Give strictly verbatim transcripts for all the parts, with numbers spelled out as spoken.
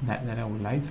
Dale, dale a un live.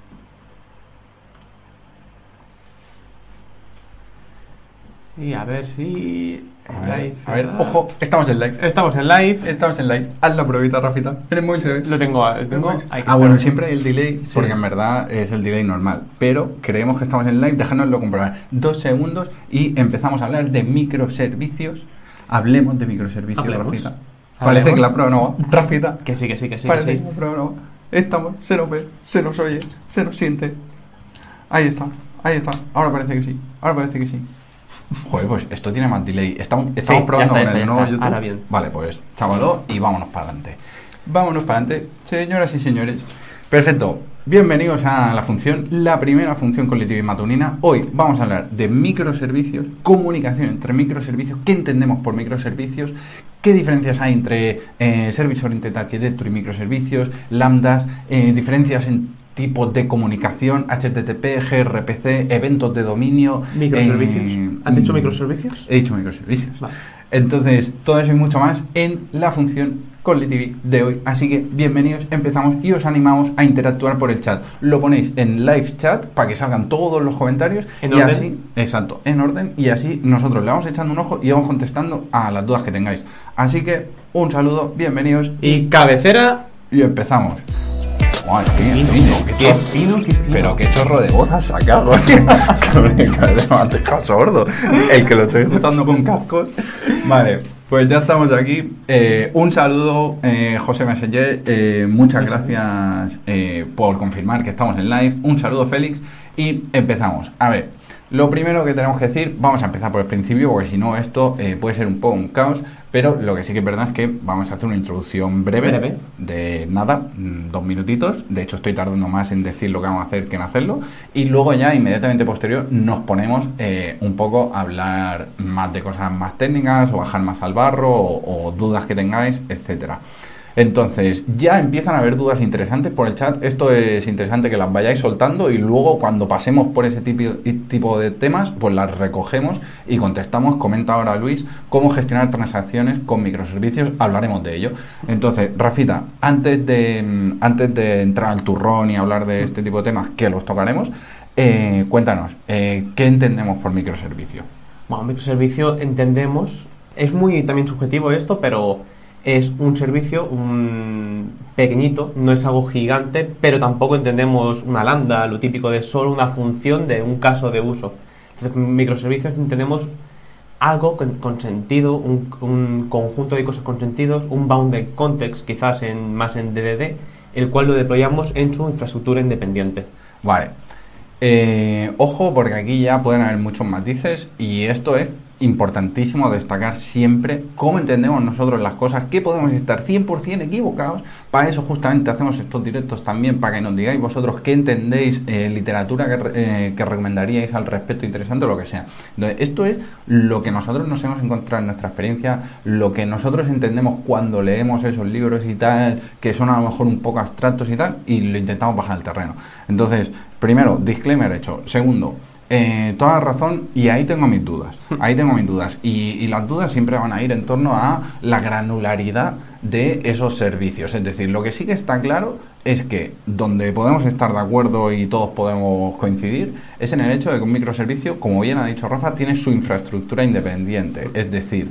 Y a ver si... A ver, live, a ver, ¿verdad? ojo, estamos en live. Estamos en live. Estamos en live. Haz la pruebita, Rafita. En el móvil se ve. Lo tengo... Lo tengo hay que Ah, esperar bueno, un- siempre hay el delay, Sí. porque en verdad es el delay normal. Pero creemos que estamos en live, déjanoslo comprobar. Dos segundos y empezamos a hablar de microservicios. Hablemos de microservicios, Hablemos. Rafita. Hablemos. Parece que la prueba no va. Rafita. Que sí, que sí, que sí, Parece que que sí. la prueba no va. Estamos, se nos ve, se nos oye, se nos siente. Ahí está, ahí está. Ahora parece que sí, ahora parece que sí. Joder, pues esto tiene más delay. Estamos, estamos Sí, probando ya está, con ya el está, nuevo ya está. YouTube. Ahora bien. Vale, pues chavalo y vámonos para adelante. Vámonos para adelante, señoras y señores. Perfecto. Bienvenidos a la función, la primera función cognitiva y matutina. Hoy vamos a hablar de microservicios, comunicación entre microservicios, qué entendemos por microservicios, qué diferencias hay entre eh, Service Oriented Architecture y microservicios, lambdas, eh, diferencias en tipos de comunicación, H T T P, G R P C, eventos de dominio. ¿Microservicios? eh, ¿Has dicho mm, microservicios? He dicho microservicios. Vale. Entonces, todo eso y mucho más en la función Cognitive de hoy. Así que, bienvenidos, empezamos y os animamos a interactuar por el chat. Lo ponéis en live chat para que salgan todos los comentarios. ¿En y orden? así, exacto, en orden. Y así nosotros le vamos echando un ojo y vamos contestando a las dudas que tengáis. Así que, un saludo, bienvenidos Y cabecera... y empezamos. Guau, qué Fino, fino, qué qué chorro. fino, qué fino. Pero qué chorro de voz has sacado. Me has dejado sordo. El que lo estoy escuchando con cascos. Vale, pues ya estamos aquí. Eh, un saludo, eh, José Messenger. Eh, muchas gracias eh, por confirmar que estamos en live. Un saludo, Félix. Y empezamos. A ver, lo primero que tenemos que decir, vamos a empezar por el principio, porque si no esto eh, puede ser un poco un caos. Pero lo que sí que es verdad es que vamos a hacer una introducción breve, Breve. de nada, mm, dos minutitos. De hecho, estoy tardando más en decir lo que vamos a hacer que en hacerlo. Y luego ya, inmediatamente posterior, nos ponemos eh, un poco a hablar más de cosas más técnicas, o bajar más al barro, o, o dudas que tengáis, etcétera. Entonces, ya empiezan a haber dudas interesantes por el chat. Esto es interesante que las vayáis soltando y luego cuando pasemos por ese tipo, tipo de temas, pues las recogemos y contestamos. Comenta ahora Luis cómo gestionar transacciones con microservicios. Hablaremos de ello. Entonces, Rafita, antes de, antes de entrar al turrón y hablar de este tipo de temas, que los tocaremos, eh, cuéntanos, eh, ¿qué entendemos por microservicio? Bueno, microservicio entendemos... Es muy también subjetivo esto, pero... Es un servicio un pequeñito, no es algo gigante, pero tampoco entendemos una lambda, lo típico de solo una función de un caso de uso. Entonces, microservicios entendemos algo con, con sentido, un, un conjunto de cosas con sentidos, un bounded context, quizás en, más en D D D, el cual lo deployamos en su infraestructura independiente. Vale. Eh, ojo, porque aquí ya pueden haber muchos matices y esto es importantísimo destacar siempre cómo entendemos nosotros las cosas, que podemos estar cien por ciento equivocados. Para eso justamente hacemos estos directos también, para que nos digáis vosotros qué entendéis, eh, literatura que, eh, que recomendaríais al respecto, interesante o lo que sea. Entonces, esto es lo que nosotros nos hemos encontrado en nuestra experiencia, lo que nosotros entendemos cuando leemos esos libros y tal, que son a lo mejor un poco abstractos y tal, y lo intentamos bajar al terreno. Entonces, primero, disclaimer hecho. Segundo, Eh, toda la razón, y ahí tengo mis dudas, ahí tengo mis dudas, y, y las dudas siempre van a ir en torno a la granularidad de esos servicios. Es decir, lo que sí que está claro es que donde podemos estar de acuerdo y todos podemos coincidir es en el hecho de que un microservicio, como bien ha dicho Rafa, tiene su infraestructura independiente. Es decir,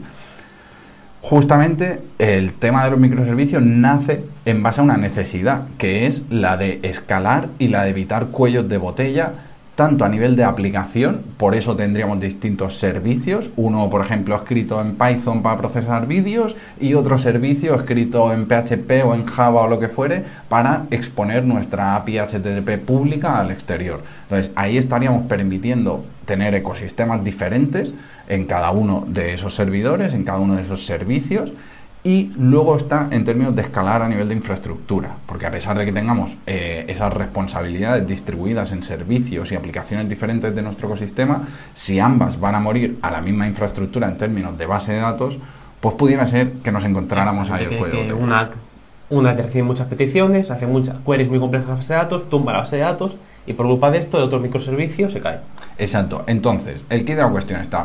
justamente el tema de los microservicios nace en base a una necesidad, que es la de escalar y la de evitar cuellos de botella, tanto a nivel de aplicación. Por eso tendríamos distintos servicios, uno por ejemplo escrito en Python para procesar vídeos y otro servicio escrito en P H P o en Java o lo que fuere para exponer nuestra A P I H T T P pública al exterior. Entonces ahí estaríamos permitiendo tener ecosistemas diferentes en cada uno de esos servidores, en cada uno de esos servicios. Y luego está en términos de escalar a nivel de infraestructura, porque a pesar de que tengamos eh, esas responsabilidades distribuidas en servicios y aplicaciones diferentes de nuestro ecosistema, si ambas van a morir a la misma infraestructura en términos de base de datos, pues pudiera ser que nos encontráramos ahí el que, juego. que una, una que recibe muchas peticiones, hace muchas queries muy complejas a la base de datos, tumba la base de datos y por culpa de esto, de otros microservicios se cae. Exacto. Entonces, el kit de la cuestión está...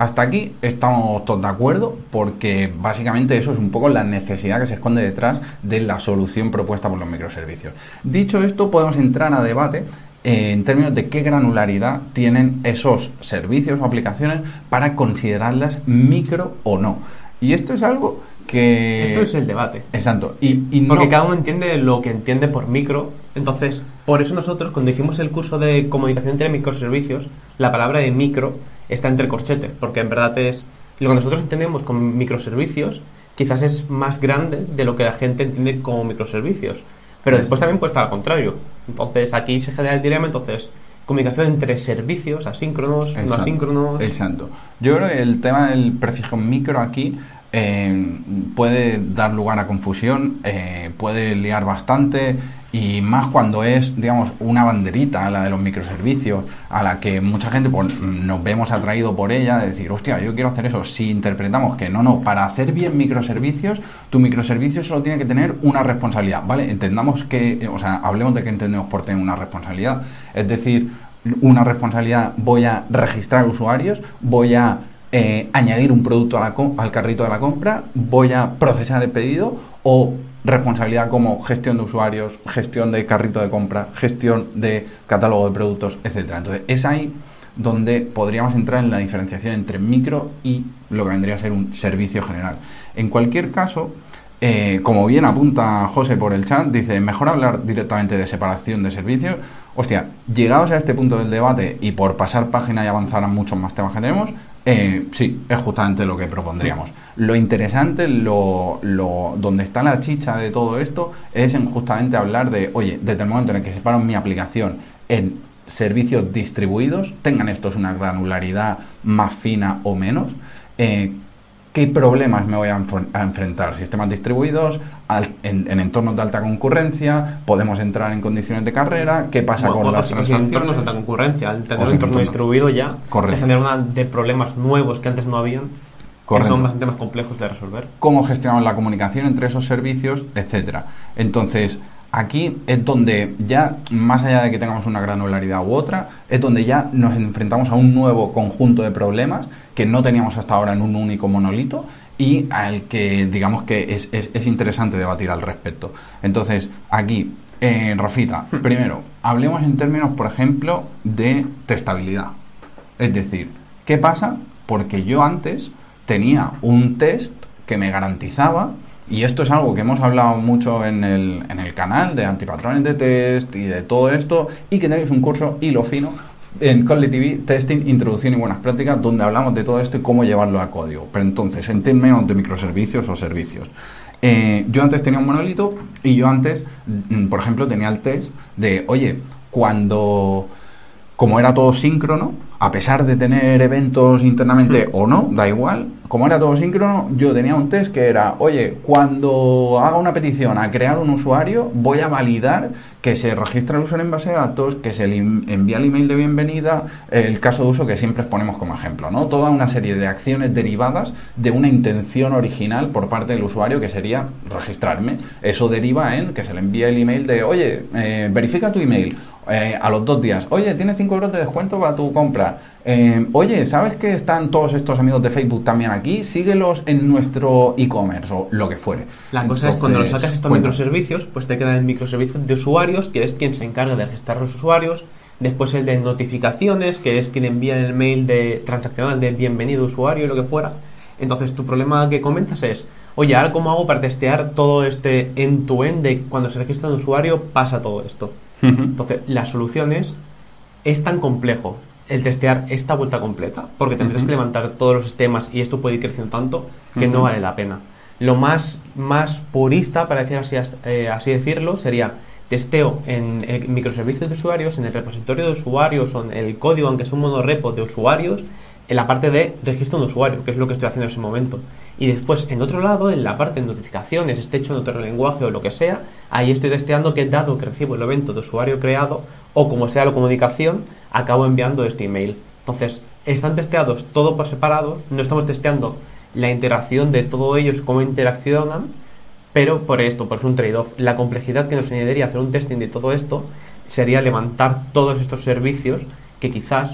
hasta aquí estamos todos de acuerdo, porque básicamente eso es un poco la necesidad que se esconde detrás de la solución propuesta por los microservicios. Dicho esto, podemos entrar a debate eh, en términos de qué granularidad tienen esos servicios o aplicaciones para considerarlas micro o no. Y esto es algo que... Esto es el debate. Exacto. Y, y Porque no... cada uno entiende lo que entiende por micro. Entonces, por eso nosotros, cuando hicimos el curso de comunicación entre microservicios, la palabra de micro está entre corchetes, porque en verdad es... Lo que nosotros entendemos como microservicios quizás es más grande de lo que la gente entiende como microservicios. Pero después también puede estar al contrario. Entonces, aquí se genera el dilema, entonces... Comunicación entre servicios, asíncronos, Exacto, no asíncronos... Exacto. Yo creo que el tema del prefijo micro aquí eh, puede dar lugar a confusión, eh, puede liar bastante, y más cuando es, digamos, una banderita, la de los microservicios, a la que mucha gente pues, nos vemos atraído por ella, de decir, hostia, yo quiero hacer eso. Si interpretamos que no, no, para hacer bien microservicios, tu microservicio solo tiene que tener una responsabilidad, ¿vale? Entendamos que, o sea, hablemos de qué entendemos por tener una responsabilidad. Es decir, una responsabilidad, voy a registrar usuarios, voy a eh, añadir un producto a la al carrito de la compra, voy a procesar el pedido, o responsabilidad como gestión de usuarios, gestión de carrito de compra, gestión de catálogo de productos, etcétera. Entonces, es ahí donde podríamos entrar en la diferenciación entre micro y lo que vendría a ser un servicio general. En cualquier caso, eh, como bien apunta José por el chat, dice, mejor hablar directamente de separación de servicios. Hostia, llegados a este punto del debate y por pasar página y avanzar a muchos más temas que tenemos, eh, sí, es justamente lo que propondríamos. Lo interesante, lo, lo donde está la chicha de todo esto, es en justamente hablar de, oye, desde el momento en el que separo mi aplicación en servicios distribuidos, tengan estos una granularidad más fina o menos, eh, ¿qué problemas me voy a, enf a enfrentar? Sistemas distribuidos, al, en, en entornos de alta concurrencia, podemos entrar en condiciones de carrera, ¿qué pasa bueno, con bueno, las si transacciones? entornos de alta concurrencia, al tener O un entorno entornos. distribuido ya, Correcto. te genera una de problemas nuevos que antes no habían, Correcto. que son bastante más complejos de resolver. Cómo gestionamos la comunicación entre esos servicios, etcétera. Entonces, aquí es donde ya, más allá de que tengamos una granularidad u otra, es donde ya nos enfrentamos a un nuevo conjunto de problemas que no teníamos hasta ahora en un único monolito y al que, digamos que es, es, es interesante debatir al respecto. Entonces, aquí, eh, Rafita, primero, hablemos en términos, por ejemplo, de testabilidad. Es decir, ¿qué pasa? Porque yo antes tenía un test que me garantizaba, y esto es algo que hemos hablado mucho en el, en el canal de antipatrones de test y de todo esto, y que tenéis un curso hilo fino en Kotlin T V, Testing, Introducción y Buenas Prácticas, donde hablamos de todo esto y cómo llevarlo a código. Pero entonces, en términos de microservicios o servicios, eh, yo antes tenía un monolito y yo antes, mm, por ejemplo, tenía el test de, oye, cuando... Como era todo síncrono, a pesar de tener eventos internamente o no, da igual, como era todo síncrono, yo tenía un test que era, oye, cuando haga una petición a crear un usuario, voy a validar que se registra el usuario en base de datos, que se le envía el email de bienvenida, el caso de uso que siempre ponemos como ejemplo, ¿no? Toda una serie de acciones derivadas de una intención original por parte del usuario, que sería registrarme. Eso deriva en que se le envía el email de, oye, eh, verifica tu email. Eh, a los dos días, oye, tienes cinco euros de descuento para tu compra. Eh, oye, ¿sabes que están todos estos amigos de Facebook también aquí? Síguelos en nuestro e-commerce o lo que fuere. La cosa Entonces, es cuando lo sacas estos cuenta. microservicios, pues te quedan el microservicio de usuarios, que es quien se encarga de registrar los usuarios. Después el de notificaciones, que es quien envía el mail de transaccional de bienvenido usuario y lo que fuera. Entonces tu problema que comentas es, oye, ¿ahora cómo hago para testear todo este end-to-end de cuando se registra un usuario pasa todo esto? Entonces, la solución es, es tan complejo el testear esta vuelta completa, porque tendrás uh-huh. que levantar todos los sistemas y esto puede ir creciendo tanto que uh-huh. no vale la pena. Lo más, más purista, para decir así, eh, así decirlo, sería testeo en el microservicio de usuarios, en el repositorio de usuarios o en el código, aunque sea un monorepo de usuarios, en la parte de registro de usuario, que es lo que estoy haciendo en ese momento. Y después, en otro lado, en la parte de notificaciones, esté hecho en otro lenguaje o lo que sea, ahí estoy testeando que, dado que recibo el evento de usuario creado, o como sea la comunicación, acabo enviando este email. Entonces, están testeados todo por separado, no estamos testeando la interacción de todos ellos, cómo interaccionan, pero por esto, por es un trade-off. La complejidad que nos añadiría hacer un testing de todo esto sería levantar todos estos servicios que quizás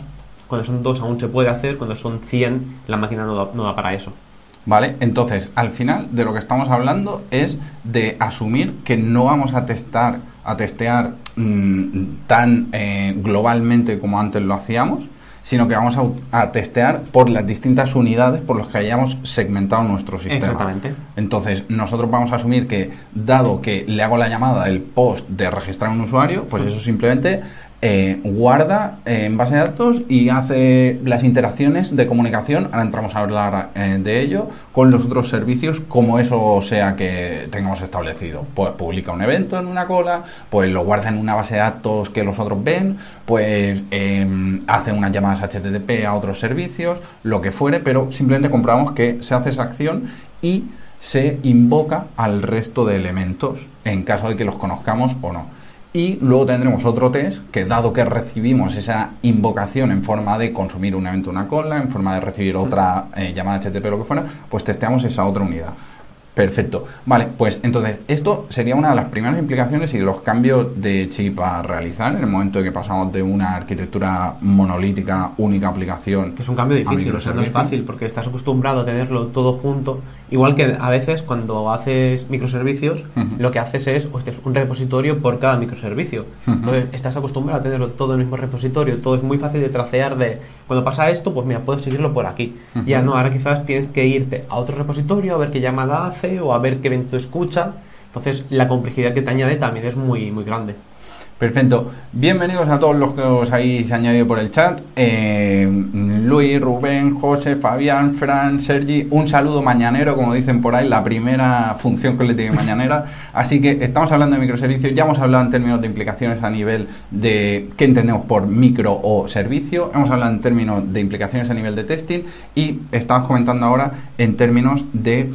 Cuando son dos aún se puede hacer, cuando son cien la máquina no da, no da para eso. ¿Vale? Entonces, al final de lo que estamos hablando es de asumir que no vamos a testar, a testear mmm, tan eh, globalmente como antes lo hacíamos, sino que vamos a, a testear por las distintas unidades por las que hayamos segmentado nuestro sistema. Exactamente. Entonces, nosotros vamos a asumir que, dado que le hago la llamada del post de registrar un usuario, pues eso simplemente eh, guarda eh, en base de datos y hace las interacciones de comunicación. Ahora entramos a hablar eh, de ello con los otros servicios, como eso sea que tengamos establecido. Pues publica un evento en una cola, pues lo guarda en una base de datos que los otros ven, pues eh, hace unas llamadas H T T P a otros servicios, lo que fuere, pero simplemente comprobamos que se hace esa acción y se invoca al resto de elementos en caso de que los conozcamos o no. Y luego tendremos otro test que, dado que recibimos esa invocación en forma de consumir un evento, una cola, en forma de recibir otra eh, llamada H T T P o lo que fuera, pues testeamos esa otra unidad. Perfecto. Vale, pues entonces esto sería una de las primeras implicaciones y de los cambios de chip a realizar en el momento de que pasamos de una arquitectura monolítica, única aplicación. Que es un cambio difícil, o sea, no es fácil porque estás acostumbrado a tenerlo todo junto. Igual que a veces cuando haces microservicios, uh-huh. lo que haces es, hostia, un repositorio por cada microservicio. Uh-huh. Entonces estás acostumbrado a tenerlo todo en el mismo repositorio, todo es muy fácil de tracear de, cuando pasa esto, pues mira, puedo seguirlo por aquí. Uh-huh. Ya no, ahora quizás tienes que irte a otro repositorio a ver qué llamada hace o a ver qué evento escucha. Entonces la complejidad que te añade también es muy, muy grande. Perfecto. Bienvenidos a todos los que os habéis añadido por el chat. Eh, Luis, Rubén, José, Fabián, Fran, Sergi. Un saludo mañanero, como dicen por ahí, la primera función que le tiene mañanera. Así que estamos hablando de microservicios. Ya hemos hablado en términos de implicaciones a nivel de qué entendemos por micro o servicio. Hemos hablado en términos de implicaciones a nivel de testing. Y estamos comentando ahora en términos de...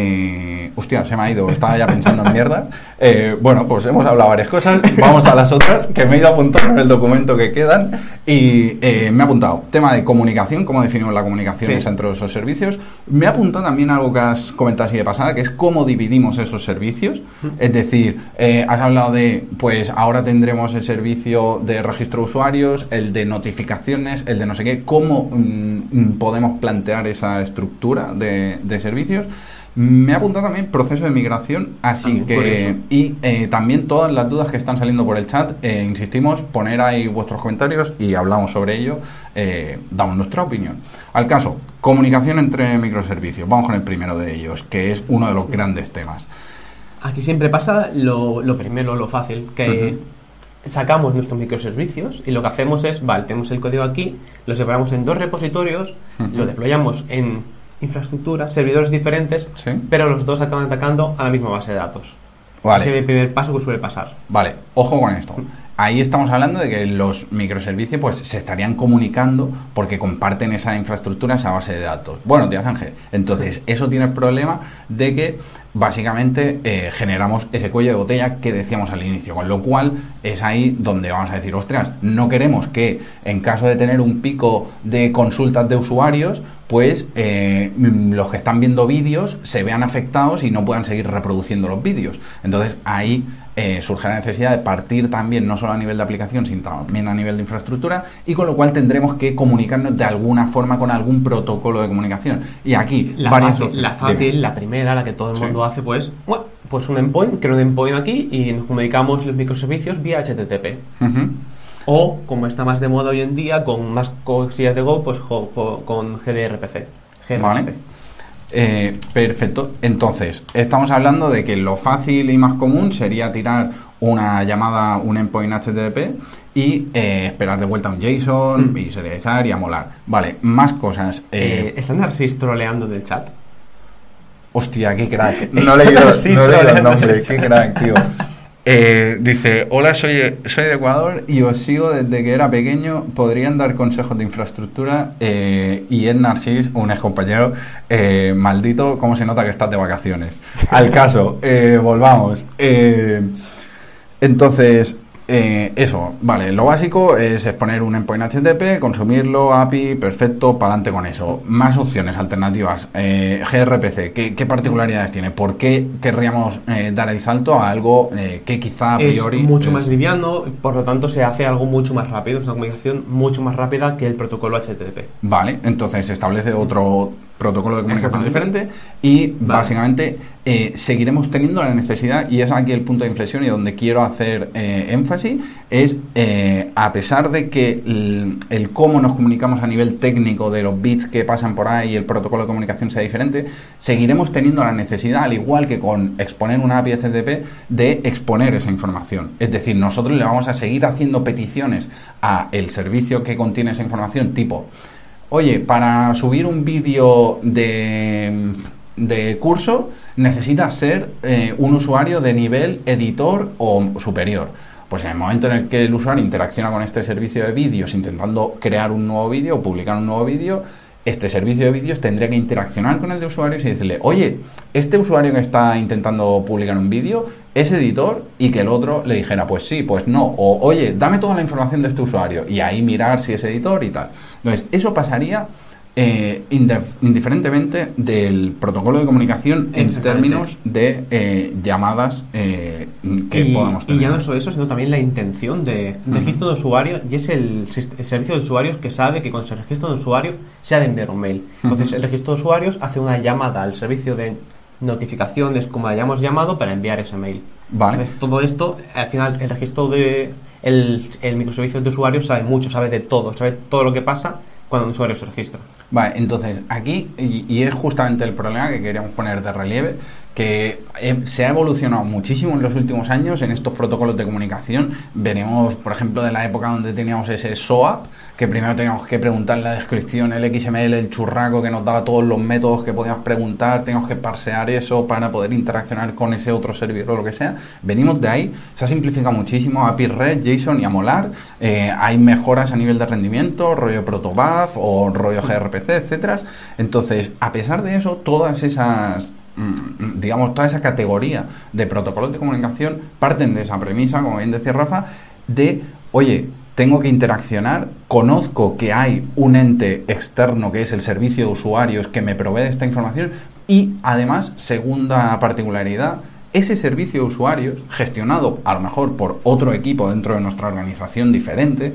Eh, hostia, se me ha ido, estaba ya pensando en mierdas. Eh, bueno, pues hemos hablado varias cosas. Vamos a las otras que me he ido apuntando en el documento que quedan y eh, me he apuntado tema de comunicación, cómo definimos la comunicación sí. entre esos servicios. Me he apuntado también algo que has comentado así de pasada, que es cómo dividimos esos servicios. Es decir, eh, has hablado de, pues ahora tendremos el servicio de registro de usuarios, el de notificaciones, el de no sé qué. ¿Cómo mm, podemos plantear esa estructura de, de servicios? Me ha apuntado también proceso de migración, así que y eh, también todas las dudas que están saliendo por el chat, eh, insistimos, poner ahí vuestros comentarios y hablamos sobre ello, eh, damos nuestra opinión. Al caso, comunicación entre microservicios, vamos con el primero de ellos, que es uno de los grandes temas. Aquí siempre pasa lo, lo primero, lo fácil, que uh-huh. sacamos nuestros microservicios y lo que hacemos es, vale, tenemos el código aquí, lo separamos en dos repositorios, uh-huh. lo deployamos en infraestructura, servidores diferentes, ¿sí? pero los dos acaban atacando a la misma base de datos. Vale. Ese es el primer paso que suele pasar. Vale, ojo con esto. Ahí estamos hablando de que los microservicios pues se estarían comunicando porque comparten esa infraestructura, esa base de datos. Bueno, tío Ángel, entonces eso tiene el problema de que básicamente eh, generamos ese cuello de botella que decíamos al inicio, con lo cual es ahí donde vamos a decir, ostras, no queremos que en caso de tener un pico de consultas de usuarios, pues eh, los que están viendo vídeos se vean afectados y no puedan seguir reproduciendo los vídeos. Entonces ahí eh, surge la necesidad de partir también, no solo a nivel de aplicación, sino también a nivel de infraestructura, y con lo cual tendremos que comunicarnos de alguna forma con algún protocolo de comunicación. Y aquí, la varias fácil, la, fácil la primera, la que todo el mundo sí. hace, pues, bueno, pues un endpoint, creo un endpoint aquí y nos comunicamos los microservicios vía H T T P. Uh-huh. O, como está más de moda hoy en día, con más cosillas de Go, pues jo, jo, con G D R P C. G R P C. Vale. Eh, perfecto. Entonces, estamos hablando de que lo fácil y más común sería tirar una llamada, un endpoint H T T P y eh, esperar de vuelta un JSON mm. y serializar y amolar. Vale, más cosas. Eh, eh, ¿Están Narcis troleando en el chat? Hostia, qué crack. No he leído, no he leído el nombre, qué crack, tío. Eh, dice, hola, soy, soy de Ecuador y os sigo desde que era pequeño. ¿Podrían dar consejos de infraestructura? Eh, y es Narcis, un ex compañero, eh, maldito, cómo se nota que estás de vacaciones. Al caso, eh, volvamos. Eh, entonces, eh, eso, vale, lo básico es exponer un endpoint H T T P, consumirlo, A P I, perfecto, para adelante con eso. Más opciones, alternativas, eh, gRPC, ¿qué, ¿qué particularidades tiene? ¿Por qué querríamos eh, dar el salto a algo eh, que quizá a priori... Es mucho es... más liviano, por lo tanto se hace algo mucho más rápido, es una comunicación mucho más rápida que el protocolo H T T P. Vale, entonces se establece otro protocolo de comunicación diferente y vale. básicamente eh, seguiremos teniendo la necesidad, y es aquí el punto de inflexión y donde quiero hacer eh, énfasis, es eh, a pesar de que el, el cómo nos comunicamos a nivel técnico de los bits que pasan por ahí y el protocolo de comunicación sea diferente, seguiremos teniendo la necesidad, al igual que con exponer una A P I H T T P, de exponer esa información. Es decir, nosotros le vamos a seguir haciendo peticiones a el servicio que contiene esa información, tipo: oye, para subir un vídeo de, de curso necesitas ser eh, un usuario de nivel editor o superior. Pues en el momento en el que el usuario interacciona con este servicio de vídeos intentando crear un nuevo vídeo o publicar un nuevo vídeo, este servicio de vídeos tendría que interaccionar con el de usuarios y decirle: oye, este usuario que está intentando publicar un vídeo es editor, y que el otro le dijera: pues sí, pues no, o oye, dame toda la información de este usuario, y ahí mirar si es editor y tal. Entonces, eso pasaría eh, indiferentemente del protocolo de comunicación en términos de eh, llamadas eh, que y, podamos tener. Y ya no solo eso, sino también la intención de, de registro de usuario, y es el, el servicio de usuarios que sabe que con ese registro de usuario se ha de enviar un mail. Entonces, uh-huh. el registro de usuarios hace una llamada al servicio de notificaciones, como la hayamos llamado, para enviar ese mail. Vale. Entonces, todo esto, al final, el registro de el, el microservicio de usuarios sabe mucho, sabe de todo, sabe todo lo que pasa cuando un usuario se registra. Vale, entonces aquí, y, y es justamente el problema que queríamos poner de relieve, que eh, se ha evolucionado muchísimo en los últimos años en estos protocolos de comunicación. Venimos, por ejemplo, de la época donde teníamos ese SOAP, que primero teníamos que preguntar la descripción, el X M L, el churraco que nos daba todos los métodos que podíamos preguntar, teníamos que parsear eso para poder interaccionar con ese otro servidor o lo que sea. Venimos de ahí, se ha simplificado muchísimo, A P I REST, JSON y AMOLAR, eh, hay mejoras a nivel de rendimiento, rollo protobuf o rollo gRPC, etcétera. Entonces, a pesar de eso, todas esas... digamos, toda esa categoría de protocolos de comunicación parten de esa premisa, como bien decía Rafa, de, oye, tengo que interaccionar, conozco que hay un ente externo que es el servicio de usuarios que me provee esta información, y además, segunda particularidad, ese servicio de usuarios, gestionado a lo mejor por otro equipo dentro de nuestra organización diferente,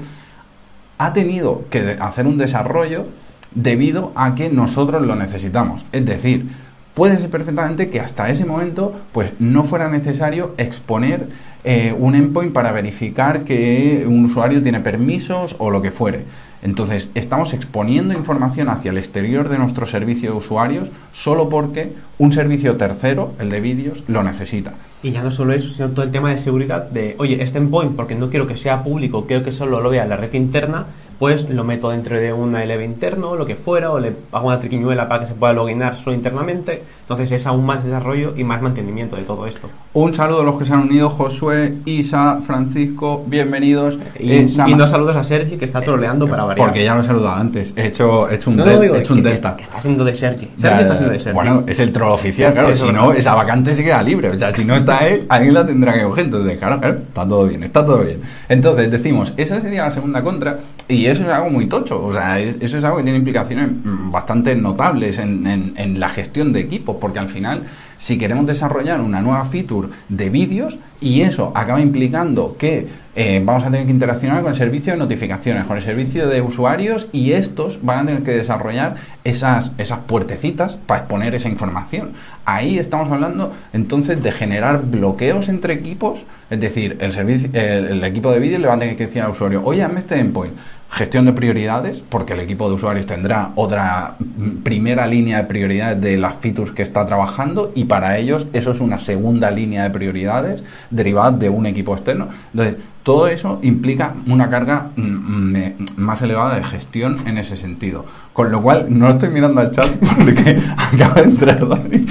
ha tenido que hacer un desarrollo debido a que nosotros lo necesitamos. Es decir, puede ser perfectamente que hasta ese momento pues no fuera necesario exponer eh, un endpoint para verificar que un usuario tiene permisos o lo que fuere. Entonces, estamos exponiendo información hacia el exterior de nuestro servicio de usuarios solo porque un servicio tercero, el de vídeos, lo necesita. Y ya no solo eso, sino todo el tema de seguridad de, oye, este endpoint, porque no quiero que sea público, quiero que solo lo vea la red interna, pues lo meto dentro de un L V interno o lo que fuera, o le hago una triquiñuela para que se pueda loginar solo internamente. Entonces es aún más desarrollo y más mantenimiento de todo esto. Un saludo a los que se han unido: Josué, Isa, Francisco, bienvenidos. Y, eh, y dos saludos a Sergi, que está troleando eh, para variar. Porque ya lo he saludado antes, he hecho, he hecho un, no, del, no, digo, he hecho un que, delta. Que, que está haciendo de Sergi. Sergi ya, está haciendo de Sergi. Bueno, es el troll oficial, claro. Eso si no, esa vacante se queda libre. O sea, si no está él, alguien la tendrá que coger. Entonces, claro, claro, está todo bien, está todo bien. Entonces, decimos, esa sería la segunda contra, y eso es algo muy tocho. O sea, eso es algo que tiene implicaciones bastante notables en, en, en la gestión de equipos, porque al final, si queremos desarrollar una nueva feature de vídeos y eso acaba implicando que eh, vamos a tener que interaccionar con el servicio de notificaciones, con el servicio de usuarios, y estos van a tener que desarrollar esas, esas puertecitas para exponer esa información. Ahí estamos hablando entonces de generar bloqueos entre equipos, es decir, el, servicio, el, el equipo de vídeo le va a tener que decir al usuario: oye, hazme este endpoint. Gestión de prioridades, porque el equipo de usuarios tendrá otra primera línea de prioridades de las features que está trabajando, y para ellos eso es una segunda línea de prioridades derivada de un equipo externo. Entonces, todo eso implica una carga mm, más elevada de gestión en ese sentido. Con lo cual, no estoy mirando al chat porque acaba de entrar Dani.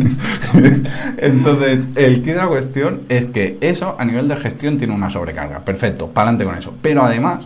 Entonces, el quid de la cuestión es que eso, a nivel de gestión, tiene una sobrecarga. Perfecto, para adelante con eso. Pero además,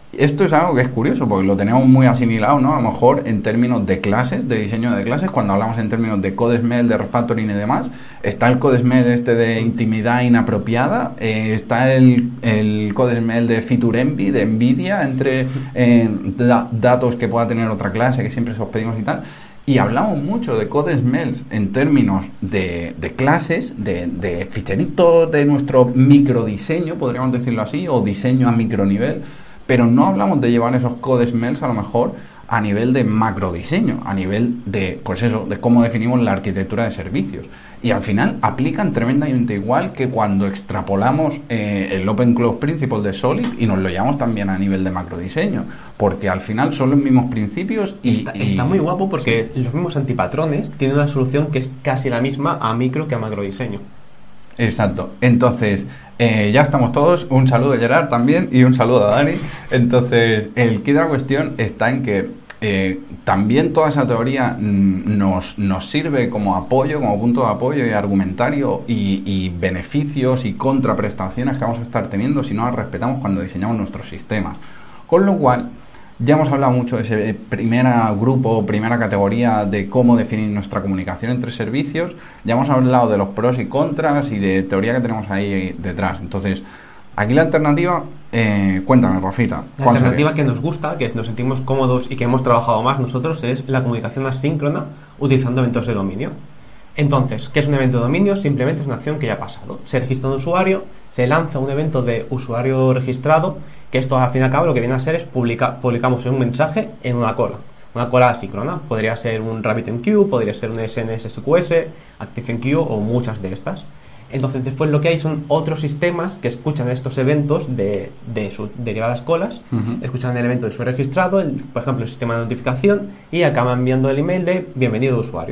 Esto es algo que es curioso porque lo tenemos muy asimilado, ¿no? A lo mejor en términos de clases, de diseño de clases, cuando hablamos en términos de code smell, de refactoring y demás, está el code smell este de intimidad inapropiada, eh, está el, el code smell de feature envy, de envidia entre eh, da, datos que pueda tener otra clase que siempre se os pedimos y tal. Y hablamos mucho de code smells en términos de, de clases, de, de ficheritos de nuestro microdiseño, podríamos decirlo así, o diseño a micronivel, pero no hablamos de llevar esos code smells a lo mejor a nivel de macrodiseño, a nivel de, pues eso, de cómo definimos la arquitectura de servicios. Y al final aplican tremendamente igual que cuando extrapolamos eh, el Open Cloud Principle de Solid y nos lo llevamos también a nivel de macrodiseño, porque al final son los mismos principios y... Está, y, está muy guapo porque los mismos antipatrones tienen una solución que es casi la misma a micro que a macrodiseño. Exacto. Entonces, eh, ya estamos todos. Un saludo a Gerard también y un saludo a Dani. Entonces, el kit de la cuestión está en que eh, también toda esa teoría mm, nos, nos sirve como apoyo, como punto de apoyo y argumentario y, y beneficios y contraprestaciones que vamos a estar teniendo si no las respetamos cuando diseñamos nuestros sistemas. Con lo cual, ya hemos hablado mucho de ese primer grupo, primera categoría de cómo definir nuestra comunicación entre servicios. Ya hemos hablado de los pros y contras y de teoría que tenemos ahí detrás. Entonces, aquí la alternativa, eh, cuéntame, Rafita. La alternativa sería? Que nos gusta, que nos sentimos cómodos y que hemos trabajado más nosotros es la comunicación asíncrona utilizando eventos de dominio. Entonces, ¿qué es un evento de dominio? Simplemente es una acción que ya ha pasado. Se registra un usuario, se lanza un evento de usuario registrado, que esto al fin y al cabo lo que viene a ser es publica, publicamos un mensaje en una cola, una cola asíncrona. Podría ser un RabbitMQ, podría ser un S N S S Q S, ActiveMQ o muchas de estas. Entonces después lo que hay son otros sistemas que escuchan estos eventos de, de sus derivadas colas, uh-huh. escuchan el evento de usuario registrado, el, por ejemplo el sistema de notificación, y acaban enviando el email de bienvenido usuario.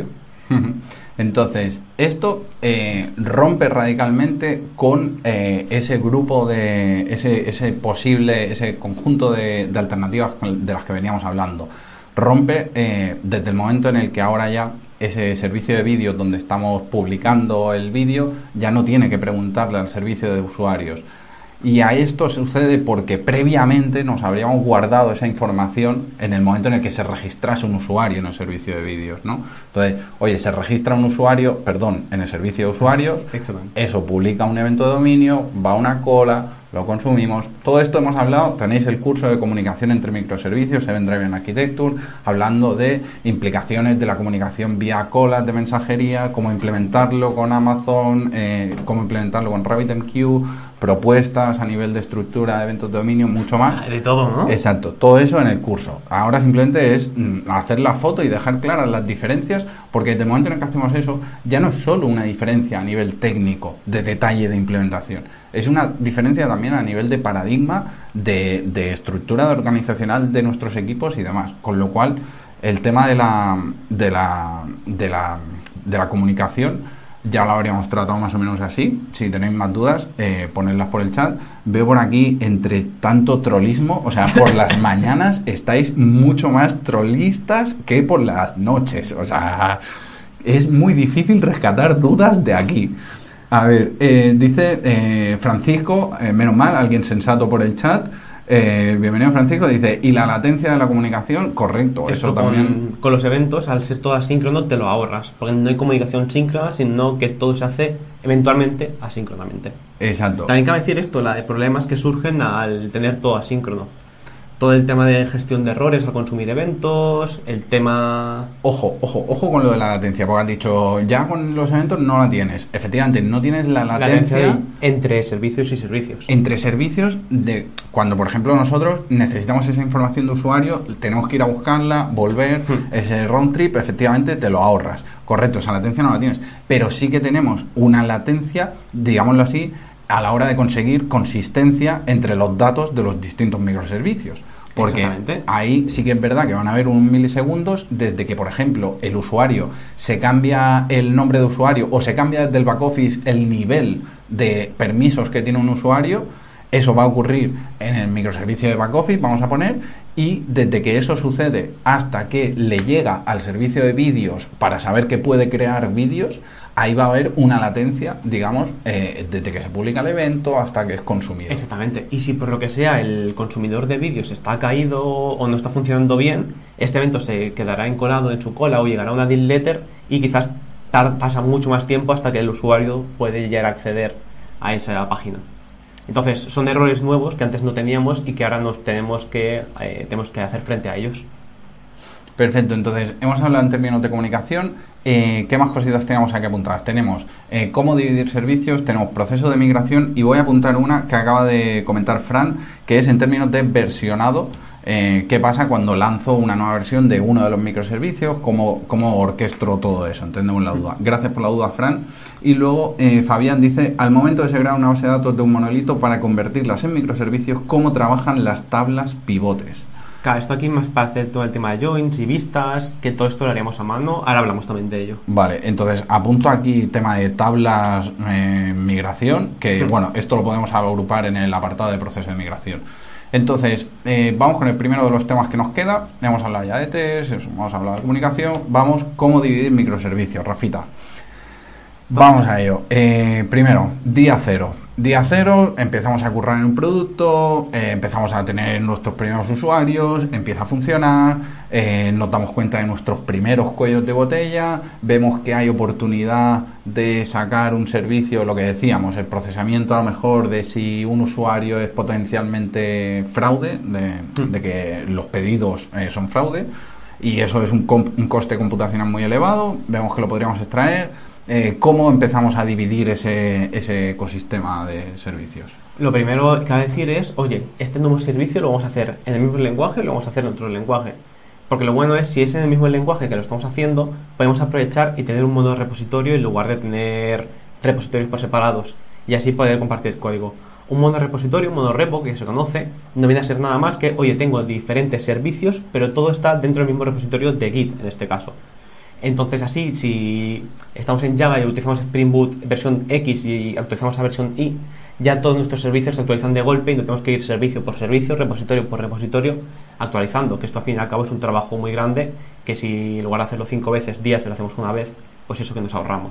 Entonces, esto eh, rompe radicalmente con eh, ese grupo de, ese, ese posible, ese conjunto de, de alternativas de las que veníamos hablando. Rompe eh, desde el momento en el que ahora ya ese servicio de vídeo donde estamos publicando el vídeo ya no tiene que preguntarle al servicio de usuarios. Y a esto sucede porque previamente nos habríamos guardado esa información en el momento en el que se registrase un usuario en el servicio de vídeos, ¿no? Entonces, oye, se registra un usuario, perdón, en el servicio de usuarios, Excelente. Eso publica un evento de dominio, va a una cola, lo consumimos. Todo esto hemos hablado, tenéis el curso de comunicación entre microservicios, Event Driven Architecture, hablando de implicaciones de la comunicación vía colas de mensajería, cómo implementarlo con Amazon, eh, cómo implementarlo con RabbitMQ, propuestas a nivel de estructura de eventos de dominio, mucho más. De todo, ¿no? Exacto, todo eso en el curso. Ahora simplemente es mm, hacer la foto y dejar claras las diferencias, porque desde el momento en el que hacemos eso, ya no es solo una diferencia a nivel técnico, de detalle de implementación, es una diferencia también a nivel de paradigma, de, de estructura organizacional de nuestros equipos y demás. Con lo cual, el tema de la, de la, de la, de la comunicación ya lo habríamos tratado más o menos así. Si tenéis más dudas, eh, ponedlas por el chat. Veo por aquí, entre tanto trollismo, o sea, por las mañanas estáis mucho más trollistas que por las noches. O sea, es muy difícil rescatar dudas de aquí. A ver, eh, dice eh, Francisco, eh, menos mal, alguien sensato por el chat. Eh, bienvenido Francisco, dice, ¿y la latencia de la comunicación? Correcto, Esto eso con, también. Con los eventos, al ser todo asíncrono, te lo ahorras, porque no hay comunicación síncrona, sino que todo se hace eventualmente asíncronamente. Exacto. También cabe decir esto, la de problemas que surgen al tener todo asíncrono. Todo el tema de gestión de errores al consumir eventos, el tema... Ojo, ojo, ojo con lo de la latencia, porque has dicho, ya con los eventos no la tienes. Efectivamente, no tienes la latencia... latencia entre servicios y servicios. Entre servicios, de cuando, por ejemplo, nosotros necesitamos esa información de usuario, tenemos que ir a buscarla, volver, hmm. ese round trip, efectivamente te lo ahorras. Correcto, esa latencia no la tienes. Pero sí que tenemos una latencia, digámoslo así, a la hora de conseguir consistencia entre los datos de los distintos microservicios. Porque ahí sí que es verdad que van a haber unos milisegundos desde que, por ejemplo, el usuario se cambia el nombre de usuario o se cambia desde el back office el nivel de permisos que tiene un usuario. Eso va a ocurrir en el microservicio de back office, vamos a poner, Y desde que eso sucede hasta que le llega al servicio de vídeos para saber que puede crear vídeos, ahí va a haber una latencia, digamos, eh, desde que se publica el evento hasta que es consumido. Exactamente. Y si por lo que sea el consumidor de vídeos está caído o no está funcionando bien, este evento se quedará encolado en su cola o llegará a una deal letter y quizás tar- pasa mucho más tiempo hasta que el usuario puede llegar a acceder a esa página. Entonces, son errores nuevos que antes no teníamos y que ahora nos tenemos que, eh, tenemos que hacer frente a ellos. Perfecto, entonces hemos hablado en términos de comunicación. Eh, ¿Qué más cositas tenemos aquí apuntadas? Tenemos eh, cómo dividir servicios, tenemos proceso de migración y voy a apuntar una que acaba de comentar Fran, que es en términos de versionado. Eh, ¿Qué pasa cuando lanzo una nueva versión de uno de los microservicios? ¿Cómo, cómo orquestro todo eso? Entendemos la duda. Gracias por la duda, Fran. Y luego eh, Fabián dice, al momento de segregar una base de datos de un monolito para convertirlas en microservicios, ¿cómo trabajan las tablas pivotes? Claro, esto aquí más para hacer todo el tema de joins y vistas, que todo esto lo haríamos a mano. Ahora hablamos también de ello. Vale, entonces apunto aquí tema de tablas eh, migración, que bueno, esto lo podemos agrupar en el apartado de proceso de migración. Entonces, eh, vamos con el primero de los temas que nos queda. Hemos hablado ya de test, hemos hablado de comunicación. Vamos, ¿cómo dividir microservicios? Rafita. Vamos a ello. Eh, primero, día cero. Día cero, empezamos a currar en un producto, eh, empezamos a tener nuestros primeros usuarios, empieza a funcionar, eh, nos damos cuenta de nuestros primeros cuellos de botella, vemos que hay oportunidad de sacar un servicio, lo que decíamos, el procesamiento a lo mejor de si un usuario es potencialmente fraude, de, de que los pedidos eh, son fraude, y eso es un, un coste computacional muy elevado, vemos que lo podríamos extraer. Eh, ¿Cómo empezamos a dividir ese, ese ecosistema de servicios? Lo primero que hay que decir es, oye, este nuevo servicio lo vamos a hacer en el mismo lenguaje o lo vamos a hacer en otro lenguaje. Porque lo bueno es, si es en el mismo lenguaje que lo estamos haciendo, podemos aprovechar y tener un modo repositorio en lugar de tener repositorios por separados y así poder compartir código. Un modo repositorio, un modo repo que se conoce, no viene a ser nada más que, oye, tengo diferentes servicios, pero todo está dentro del mismo repositorio de Git, en este caso. Entonces así, si estamos en Java y utilizamos Spring Boot versión X y actualizamos a versión Y, ya todos nuestros servicios se actualizan de golpe y no tenemos que ir servicio por servicio, repositorio por repositorio, actualizando, que esto al fin y al cabo es un trabajo muy grande, que si en lugar de hacerlo cinco veces días, lo hacemos una vez, pues eso que nos ahorramos.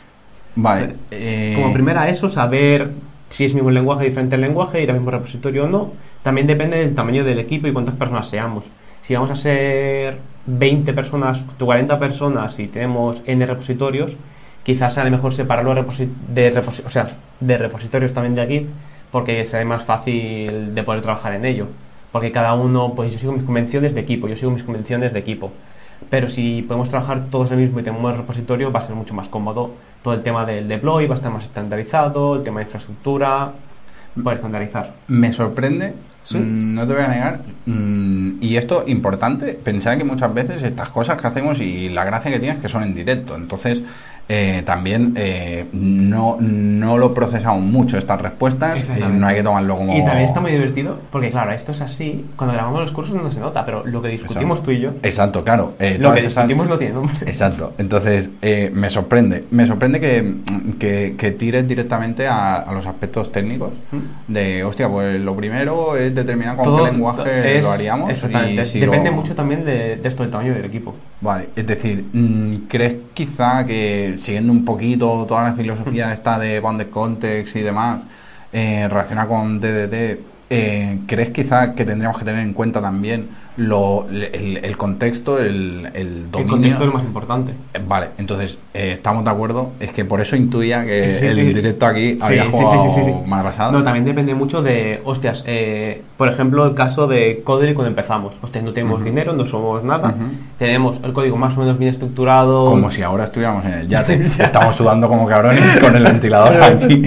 Vale. Eh... Como primera eso, saber si es mismo lenguaje, diferente lenguaje, ir al mismo repositorio o no. También depende del tamaño del equipo y cuántas personas seamos. Si vamos a ser veinte personas, cuarenta personas y tenemos N repositorios, quizás sea mejor separarlo de, reposi- de, reposi- o sea, de repositorios también de Git, porque será más fácil de poder trabajar en ello. Porque cada uno, pues yo sigo mis convenciones de equipo, yo sigo mis convenciones de equipo. Pero si podemos trabajar todos el mismo y tenemos un repositorio, va a ser mucho más cómodo. Todo el tema del deploy va a estar más estandarizado, el tema de infraestructura, poder estandarizar. Me sorprende, ¿sí? mmm, no te voy a negar, mmm, y esto importante, pensar que muchas veces estas cosas que hacemos y la gracia que tienes es que son en directo, entonces eh, también eh, no, no lo procesamos mucho estas respuestas, eh, no hay que tomarlo como... Y también está muy divertido, porque claro, esto es así, cuando grabamos los cursos no se nota, pero lo que discutimos Exacto. tú y yo... Exacto, claro. Eh, lo que esas... discutimos no tiene nombre. Exacto, entonces eh, me sorprende, me sorprende que, que, que tires directamente a, a los aspectos técnicos, ¿Mm? de, hostia, pues lo primero es determinar con Todo, qué lenguaje es, lo haríamos. Exactamente, y si depende lo... mucho también de, de esto, del tamaño del equipo. Vale, es decir, ¿crees quizá que siguiendo un poquito toda la filosofía esta de bounded context y demás, eh, relacionada con D D D, eh, ¿crees quizá que tendríamos que tener en cuenta también lo, el, el contexto, el, el dominio? El contexto es lo más importante. Eh, vale, entonces, eh, ¿estamos de acuerdo? Es que por eso intuía que sí, el sí. directo aquí sí, había sí, jugado sí, sí, sí, sí. mal pasado. No, también depende mucho de, hostias, eh, por ejemplo, el caso de Codery cuando empezamos. Hostias, no tenemos Uh-huh. dinero, no somos nada, Uh-huh. tenemos el código más o menos bien estructurado. Como si ahora estuviéramos en el yate. Estamos sudando como cabrones con el ventilador aquí.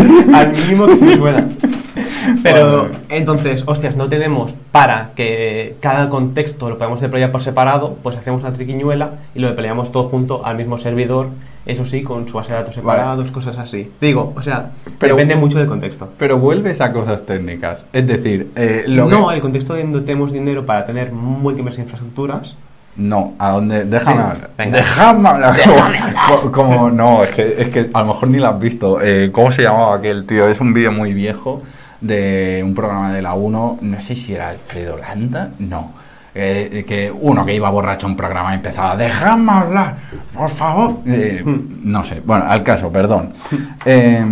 Al mínimo que se nos pueda. Pero Vale. entonces, hostias, no tenemos para que cada contexto lo podamos deployar por separado, pues hacemos una triquiñuela y lo deployamos todo junto al mismo servidor, eso sí, con su base de datos separados, Vale. cosas así. Digo, o sea, Pero- depende mucho del contexto. Pero vuelves a cosas técnicas. Es decir, eh, lo no, que... el contexto de donde tenemos dinero para tener múltiples infraestructuras. No, a donde... Déjame Sí, hablar. venga. Déjame hablar. Como, como- no, es que, es que a lo mejor ni lo has visto. Eh, ¿Cómo se llamaba aquel tío? Es un vídeo muy viejo de un programa de la uno, no sé si era Alfredo Landa, no. Eh, que uno que iba borracho a un programa y empezaba, dejadme hablar, por favor. Eh, no sé, bueno, al caso, perdón. Eh,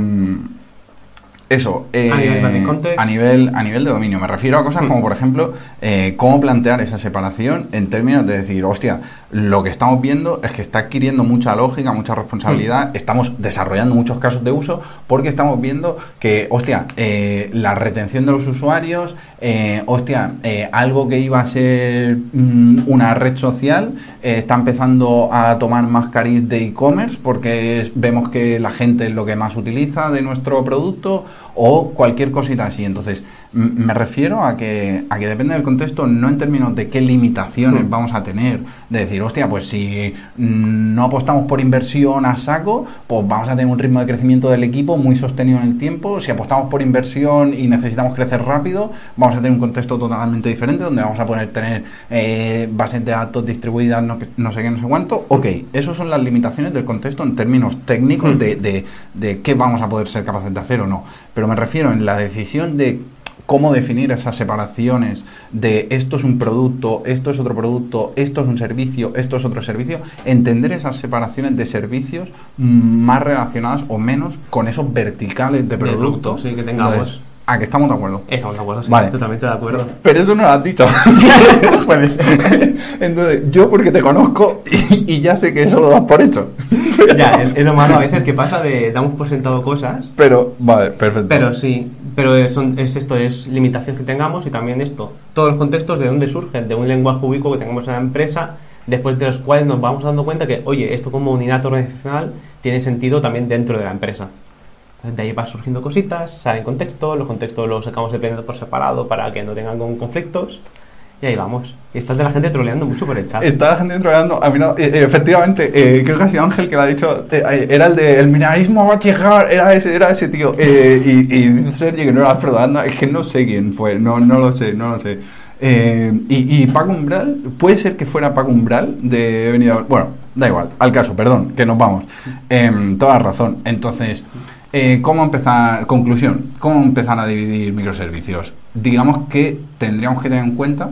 Eso, eh, a, nivel a, nivel, a nivel de dominio. Me refiero a cosas como, por ejemplo, eh, cómo plantear esa separación en términos de decir, hostia, lo que estamos viendo es que está adquiriendo mucha lógica, mucha responsabilidad, estamos desarrollando muchos casos de uso porque estamos viendo que, hostia, eh, la retención de los usuarios, eh, hostia, eh, algo que iba a ser mm, una red social, eh, está empezando a tomar más cariz de e-commerce porque es, vemos que la gente es lo que más utiliza de nuestro producto, o cualquier cosita así. Entonces, m- me refiero a que, a que depende del contexto, no en términos de qué limitaciones Hmm. vamos a tener, de decir, hostia, pues si mm, no apostamos por inversión a saco, pues vamos a tener un ritmo de crecimiento del equipo muy sostenido en el tiempo. Si apostamos por inversión y necesitamos crecer rápido, vamos a tener un contexto totalmente diferente, donde vamos a poder tener eh, bases de datos distribuidas, no, que- no sé qué, no sé cuánto. Ok, esas son las limitaciones del contexto en términos técnicos Hmm. de, de, de qué vamos a poder ser capaces de hacer o no. Pero me refiero en la decisión de cómo definir esas separaciones de esto es un producto, esto es otro producto, esto es un servicio, esto es otro servicio, entender esas separaciones de servicios mm, más relacionadas o menos con esos verticales de producto. producto, sí, que tengamos. Entonces, ¿a que estamos de acuerdo? Estamos de acuerdo, sí, Vale. totalmente de acuerdo. Pero eso no lo has dicho. Puede ser. Entonces, yo porque te conozco y, y ya sé que eso lo das por hecho. Ya, es, es lo malo a veces que pasa de damos por sentado cosas, Pero, vale, perfecto. pero sí, pero es, son- es esto, es limitación que tengamos y también esto, todos los contextos de dónde surgen, de un lenguaje ubicuo que tengamos en la empresa, después de los cuales nos vamos dando cuenta que, oye, esto como unidad organizacional tiene sentido también dentro de la empresa. Entonces, de ahí van surgiendo cositas, salen contextos, los contextos los sacamos dependiendo por separado para que no tengan con- conflictos. Y ahí vamos. Y estás de la gente troleando mucho por el chat. Está la gente troleando. A mí no, eh, efectivamente, eh, creo que ha sido Ángel que lo ha dicho. eh, eh, era el de el mineralismo va a llegar. Era ese, era ese tío. Eh, y, y dice Sergi que no era Alfredo Landa. Es que no sé quién fue. No, no lo sé, no lo sé. Eh, y, y Paco Umbral, puede ser que fuera Paco Umbral de Venida. Bueno, da igual. Al caso, perdón, que nos vamos. Eh, toda razón. Entonces. Eh, ¿Cómo empezar? Conclusión, ¿cómo empezar a dividir microservicios? Digamos que tendríamos que tener en cuenta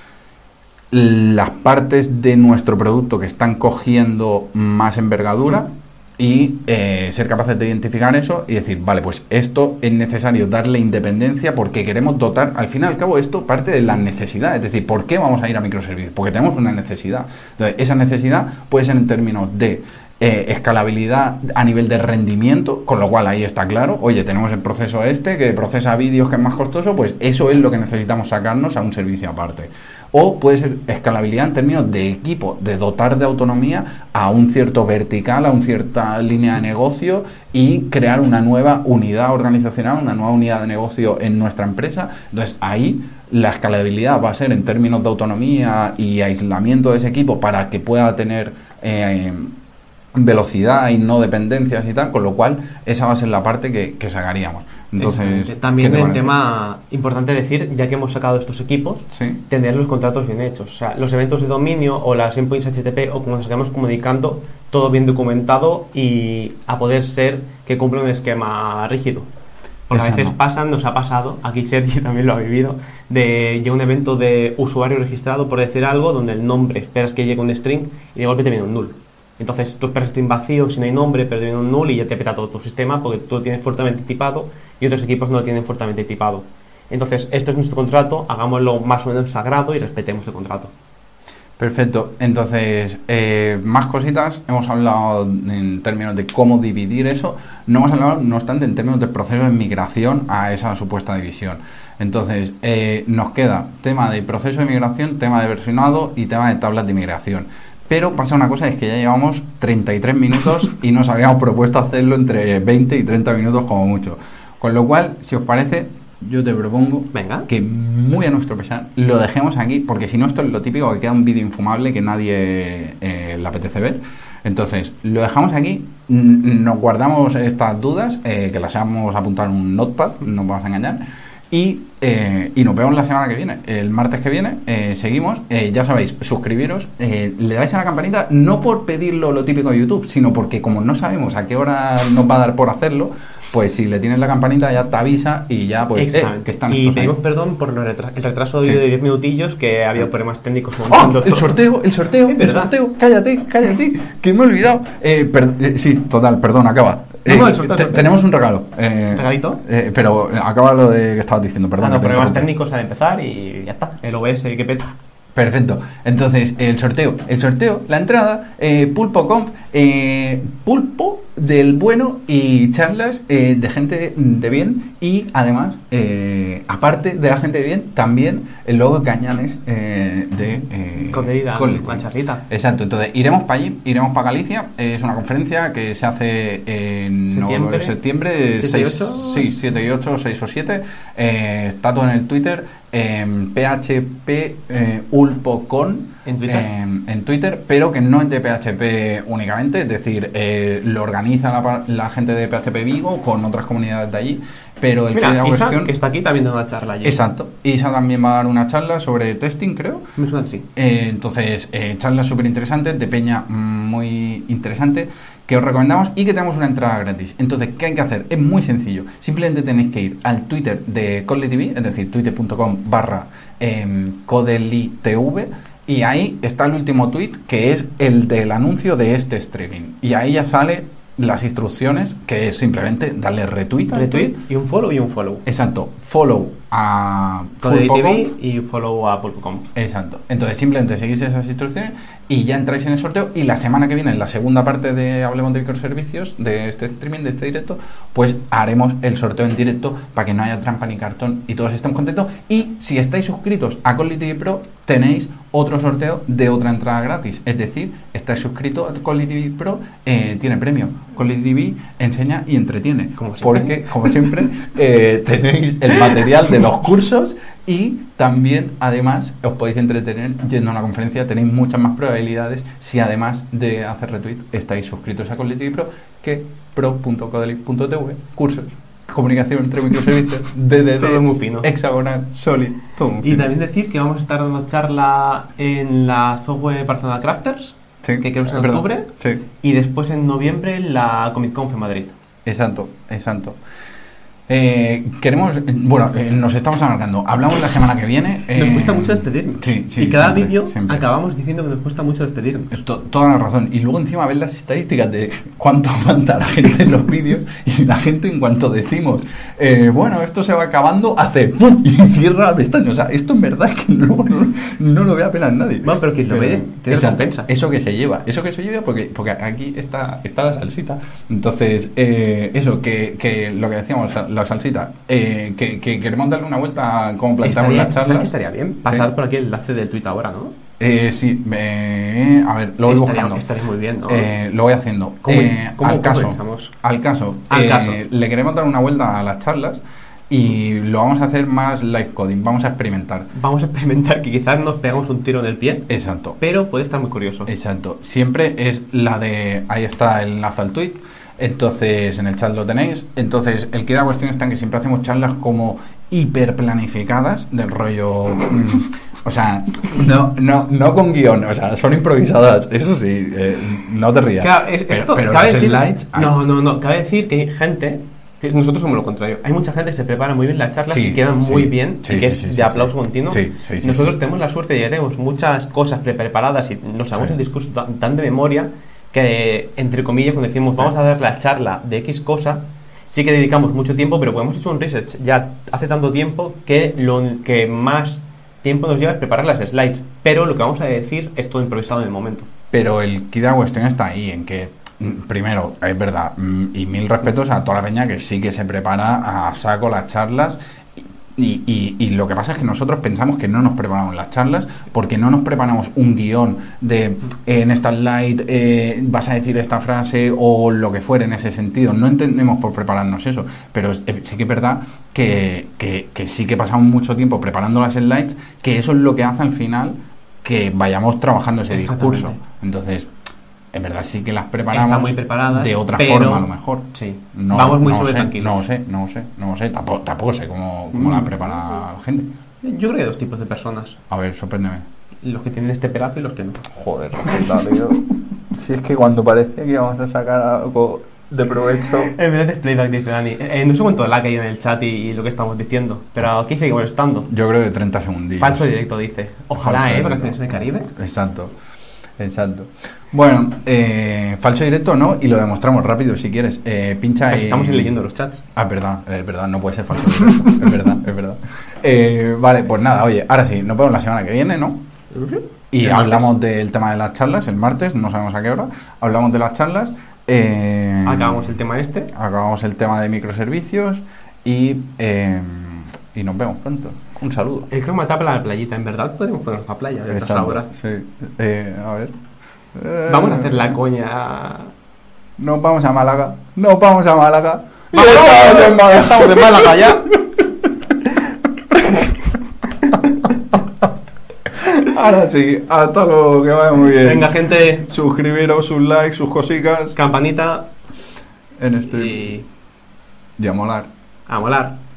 las partes de nuestro producto que están cogiendo más envergadura y eh, ser capaces de identificar eso y decir, vale, pues esto es necesario darle independencia porque queremos dotar, al fin y al cabo esto parte de la necesidad, es decir, ¿por qué vamos a ir a microservicios? Porque tenemos una necesidad. Entonces, esa necesidad puede ser en términos de Eh, escalabilidad a nivel de rendimiento, con lo cual ahí está claro, oye, tenemos el proceso este que procesa vídeos que es más costoso, pues eso es lo que necesitamos sacarnos a un servicio aparte. O puede ser escalabilidad en términos de equipo, de dotar de autonomía a un cierto vertical, a una cierta línea de negocio y crear una nueva unidad organizacional, una nueva unidad de negocio en nuestra empresa. Entonces ahí la escalabilidad va a ser en términos de autonomía y aislamiento de ese equipo para que pueda tener eh, velocidad y no dependencias y tal, con lo cual esa va a ser la parte que, que sacaríamos. Entonces, Exactamente. También ¿qué te el parece? tema importante decir, ya que hemos sacado estos equipos, Sí. tener los contratos bien hechos. O sea, los eventos de dominio o las endpoints H T T P o como nos saquemos comunicando, todo bien documentado y a poder ser que cumpla un esquema rígido. Porque a Exacto. veces pasan, nos ha pasado, aquí Sergi también lo ha vivido, de llega un evento de usuario registrado, por decir algo, donde el nombre esperas que llegue un string y de golpe te viene un null. Entonces tú esperas string vacío, si no hay nombre, pero te viene un null y ya te peta todo tu sistema porque tú lo tienes fuertemente tipado y otros equipos no lo tienen fuertemente tipado. Entonces, esto es nuestro contrato, hagámoslo más o menos sagrado y respetemos el contrato. Perfecto. Entonces, eh, más cositas. Hemos hablado en términos de cómo dividir eso. No hemos hablado, no obstante, en términos de proceso de migración a esa supuesta división. Entonces, eh, nos queda tema de proceso de migración, tema de versionado y tema de tablas de migración. Pero pasa una cosa, es que ya llevamos treinta y tres minutos y nos habíamos propuesto hacerlo entre veinte y treinta minutos como mucho. Con lo cual, si os parece, yo te propongo Venga. que muy a nuestro pesar lo dejemos aquí, porque si no esto es lo típico, que queda un vídeo infumable que nadie eh, le apetece ver. Entonces, lo dejamos aquí, n- nos guardamos estas dudas, eh, que las hemos apuntado en un notepad, no vamos a engañar. Y, eh, y nos vemos la semana que viene, el martes que viene, eh, seguimos, eh, ya sabéis, suscribiros, eh, le dais a la campanita, no por pedirlo lo típico de YouTube, sino porque como no sabemos a qué hora nos va a dar por hacerlo, pues si le tienes la campanita ya te avisa y ya pues eh, que están y estos pedimos ahí. perdón por el retraso, el retraso Sí. de diez minutillos que había problemas técnicos. ¡Oh! El sorteo, el sorteo, Es el verdad. sorteo, cállate, cállate, que me he olvidado. Eh, per- eh, sí, total, perdón, acaba. No, Eh, no, el sorteo, te- el sorteo. tenemos un regalo. Eh, ¿Regalito? eh, pero acaba lo de que estabas diciendo, perdón. Ah, no, que te problemas interrumpí. técnicos al empezar y ya está. El O B S que peta. Perfecto. Entonces, el sorteo. El sorteo, la entrada, eh, PulpoConf, eh, pulpo del bueno y charlas eh, de gente de bien y además, eh, aparte de la gente de bien, también el logo Cañanes eh, de eh, Conderida, Collective. la charlita. Exacto. Entonces, iremos para allí, iremos para Galicia. Es una conferencia que se hace en Septiembre. no- septiembre ¿siete y seis, ocho? sí, siete y ocho, seis o siete. Eh, está todo en el Twitter. En P H P eh, Ulpocon ¿En Twitter? en, en Twitter, pero que no es de P H P únicamente, es decir, eh, lo organiza la, pa- la gente de P H P Vigo con otras comunidades de allí, pero el que Mira, da Isa, cuestión... que está aquí, también da una charla allí. Exacto, Isa también va a dar una charla sobre testing, creo. Me suena así. Eh, entonces, eh, charlas súper interesantes, de peña mm, muy interesante, que os recomendamos y que tenemos una entrada gratis. Entonces, ¿qué hay que hacer? Es muy sencillo. Simplemente tenéis que ir al Twitter de CodelyTV, es decir, twitter.com barra eh, CodelyTV, y ahí está el último tweet, que es el del anuncio de este streaming. Y ahí ya sale las instrucciones, que es simplemente darle retweet. al Retweet tweet. y un follow y un follow. Exacto, follow a Con el Pulpoconf. T V y follow a Pulpocom. Exacto. Entonces simplemente seguís esas instrucciones y ya entráis en el sorteo y la semana que viene, en la segunda parte de Hablemos de Microservicios, de este streaming, de este directo, pues haremos el sorteo en directo para que no haya trampa ni cartón y todos estén contentos. Y si estáis suscritos a Colly T V Pro, tenéis otro sorteo de otra entrada gratis. Es decir, estáis suscritos a Colly T V Pro, eh, tiene premio. Colly T V enseña y entretiene. Como siempre. Porque, como siempre, eh, tenéis el material de los cursos y también, además, os podéis entretener yendo a una conferencia. Tenéis muchas más probabilidades si, además de hacer retweet, estáis suscritos a Colly T V Pro, que pro punto codely punto t v, cursos, comunicación entre microservicios, D D D, Todo muy fino. hexagonal, solid, todo muy Y fino. también decir que vamos a estar dando charla en la software Personal Crafters, Sí, que creo que es en perdón. octubre, Sí, y después en noviembre en la Comic Conf en Madrid. exacto, exacto. Eh, queremos, bueno, eh, nos estamos alargando. Hablamos la semana que viene. Nos eh, cuesta mucho despedirnos. Sí, sí. y cada siempre, vídeo siempre. acabamos diciendo que nos cuesta mucho despedirnos. To- Toda la razón. Y luego encima ver las estadísticas de cuánto aguanta la gente en los vídeos y la gente en cuanto decimos, eh, bueno, esto se va acabando, hace ¡pum! Y cierra la pestaña. O sea, esto en verdad es que no, no, no lo ve apenas nadie. Bueno, pero quien lo ve, tiene exacto, recompensa. Eso que se lleva, eso que se lleva porque, porque aquí está, está la salsita. Entonces, eh, eso, que, que lo que decíamos, la salsita, eh, que, que queremos darle una vuelta a cómo planteamos Estaría, las ¿sabes charlas. que estaría bien? Pasar Sí. por aquí el enlace del tweet ahora, ¿no? Eh, sí, me- a ver, lo voy estaría, buscando. estaría muy bien, ¿no? Eh, lo voy haciendo. ¿Cómo- Eh, cómo- al cómo caso, pensamos? al caso, Al eh, caso. le queremos dar una vuelta a las charlas y lo vamos a hacer más live coding, vamos a experimentar. Vamos a experimentar que quizás nos pegamos un tiro en el pie, Exacto. pero puede estar muy curioso. Exacto. Siempre es la de. Ahí está el enlace al tweet. Entonces, en el chat lo tenéis. Entonces, el que da cuestión está en que siempre hacemos charlas como hiper planificadas, del rollo. mm, o sea, no, no, no con guión, o sea, son improvisadas. Eso sí, eh, no te rías. Claro, es- pero esto, pero cabe las decir, slides. ay, no, no, no, cabe decir que hay gente, que nosotros somos lo contrario, hay mucha gente que se prepara muy bien las charlas Sí, y quedan sí, muy bien sí, y que sí, es sí, de sí, aplauso sí. continuo. Sí, sí, sí, nosotros sí. tenemos la suerte de que ya tenemos muchas cosas pre- preparadas y nos sabemos Sí. el discurso tan, tan de memoria que, entre comillas, cuando decimos vamos a dar la charla de X cosa, sí que dedicamos mucho tiempo, pero pues hemos hecho un research ya hace tanto tiempo que lo que más tiempo nos lleva es preparar las slides, pero lo que vamos a decir es todo improvisado en el momento. Pero el key de la cuestión está ahí, en que, mm, primero, es verdad, mm, y mil respetos a toda la peña que sí que se prepara a saco las charlas. Y, y, y lo que pasa es que nosotros pensamos que no nos preparamos las charlas porque no nos preparamos un guión de eh, en esta slide eh, vas a decir esta frase o lo que fuera en ese sentido. No entendemos por prepararnos eso, pero eh, sí que es verdad que, que, que sí que pasamos mucho tiempo preparando las slides, que eso es lo que hace al final que vayamos trabajando ese Exactamente. discurso. Entonces, en verdad sí que las preparamos Están muy preparadas, de otra pero- forma a lo mejor. Sí. No, Vamos muy no sobre sé, tranquilos. No sé, no sé, no sé. Tampoco, tampoco sé cómo, cómo la Mm. prepara la gente. Yo creo que hay dos tipos de personas, A ver, sorpréndeme. los que tienen este pedazo y los que no. Joder, puta, tío. Si es que cuando parecía que íbamos a sacar algo de provecho. En vez de playback, dice Dani. Eh, no sé cuánto lag hay en el chat y, y lo que estamos diciendo, pero aquí seguimos estando. Yo creo de treinta segundillos. Falso directo, dice. Ojalá, Falso ¿eh? directo. Vacaciones del Caribe. Exacto, exacto. Bueno, eh, falso directo no, y lo demostramos rápido si quieres. Eh, pincha Pues y... estamos leyendo los chats. Ah, es verdad, es verdad, no puede ser falso directo. Es verdad, es verdad. Eh, vale, pues nada, oye, ahora sí, nos vemos la semana que viene, ¿no? Y El hablamos martes. del tema de las charlas el martes, no sabemos a qué hora. Hablamos de las charlas. Eh, Acabamos el tema este. Acabamos el tema de microservicios y, eh, y nos vemos pronto. Un saludo. El croma tapa la playita, en verdad podemos ponernos a playa de Exacto, ahora. sí. Eh, a ver. Eh, Vamos a hacer la coña. Nos vamos a Málaga. Nos vamos a Málaga. Y ¡Vamos! estamos en Málaga. Estamos en Málaga ya. Ahora sí, hasta luego, que vaya muy bien. Venga, gente, Suscribiros, sus likes, sus cositas campanita en stream. y Y a molar. a molar.